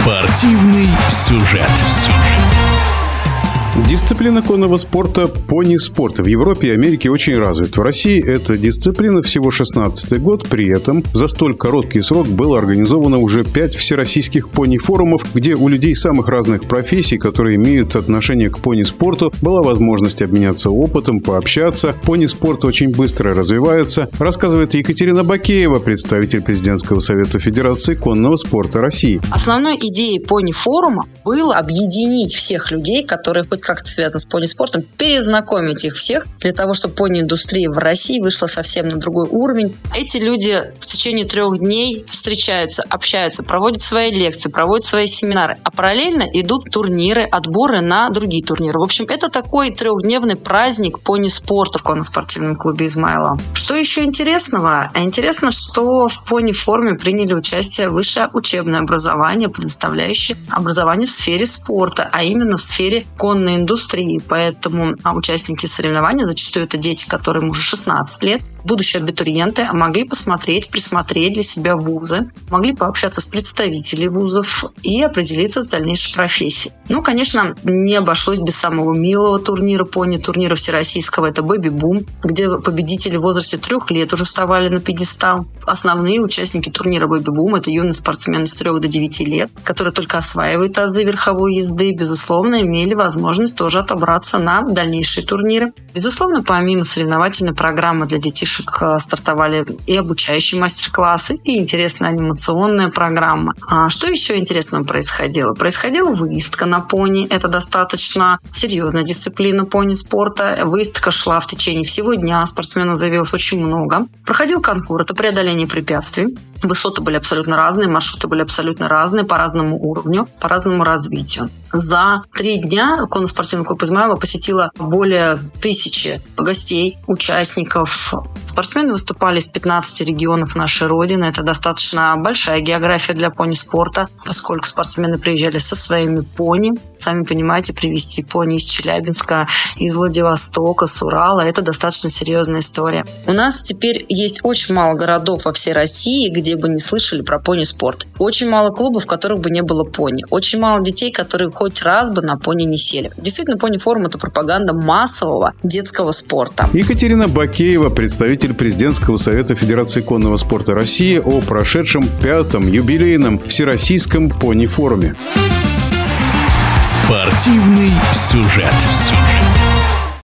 Спортивный сюжет. Дисциплина конного спорта – пони-спорт. В Европе и Америке очень развит. В России эта дисциплина всего 16-й год. При этом за столь короткий срок было организовано уже 5 всероссийских пони-форумов, где у людей самых разных профессий, которые имеют отношение к пони-спорту, была возможность обменяться опытом, пообщаться. Пони-спорт очень быстро развивается, рассказывает Екатерина Бакеева, представитель Президентского совета Федерации конного спорта России. Основной идеей пони-форума было объединить всех людей, которые хоть как-то связаны с пони-спортом, перезнакомить их всех для того, чтобы пони-индустрия в России вышла совсем на другой уровень. Эти люди в течение 3 дней встречаются, общаются, проводят свои лекции, проводят свои семинары, а параллельно идут турниры, отборы на другие турниры. В общем, это такой 3-дневный праздник пони-спорта в конно-спортивном клубе Измайлово. Что еще интересного? Интересно, что в пони-форуме приняли участие высшее учебное образование, предоставляющее образование в сфере спорта, а именно в сфере конной индустрии. Поэтому участники соревнований, зачастую это дети, которым уже 16 лет, будущие абитуриенты, могли посмотреть, присмотреть для себя вузы, могли пообщаться с представителями вузов и определиться с дальнейшей профессией. Конечно, не обошлось без самого милого турнира, пони-турнира всероссийского. Это «Бэби-бум», где победители в возрасте 3 лет уже вставали на пьедестал. Основные участники турнира «Бэби-бум» — это юные спортсмены с 3 до 9 лет, которые только осваивают азы верховой езды, безусловно, имели возможность тоже отобраться на дальнейшие турниры. Безусловно, помимо соревновательной программы для детишек стартовали и обучающие мастер-классы, и интересная анимационная программа. Что еще интересного происходило? Происходила выездка на пони. Это достаточно серьезная дисциплина пони-спорта. Выездка шла в течение всего дня. Спортсменов заявилось очень много. Проходил конкурс. Это преодоление препятствий. Высоты были абсолютно разные, маршруты были абсолютно разные, по разному уровню, по разному развитию. За 3 дня конно-спортивный клуб Измайлово посетило более 1000 гостей, участников. Спортсмены выступали из 15 регионов нашей Родины. Это достаточно большая география для пони-спорта, поскольку спортсмены приезжали со своими пони. Сами понимаете, привезти пони из Челябинска, из Владивостока, с Урала – это достаточно серьезная история. У нас теперь есть очень мало городов во всей России, где бы не слышали про пони-спорт. Очень мало клубов, в которых бы не было пони. Очень мало детей, которые хоть раз бы на пони не сели. Действительно, пони-форум – это пропаганда массового детского спорта. Екатерина Бакеева, представитель Президентского совета Федерации конного спорта России, о прошедшем 5-м юбилейном Всероссийском пони-форуме. Спортивный сюжет.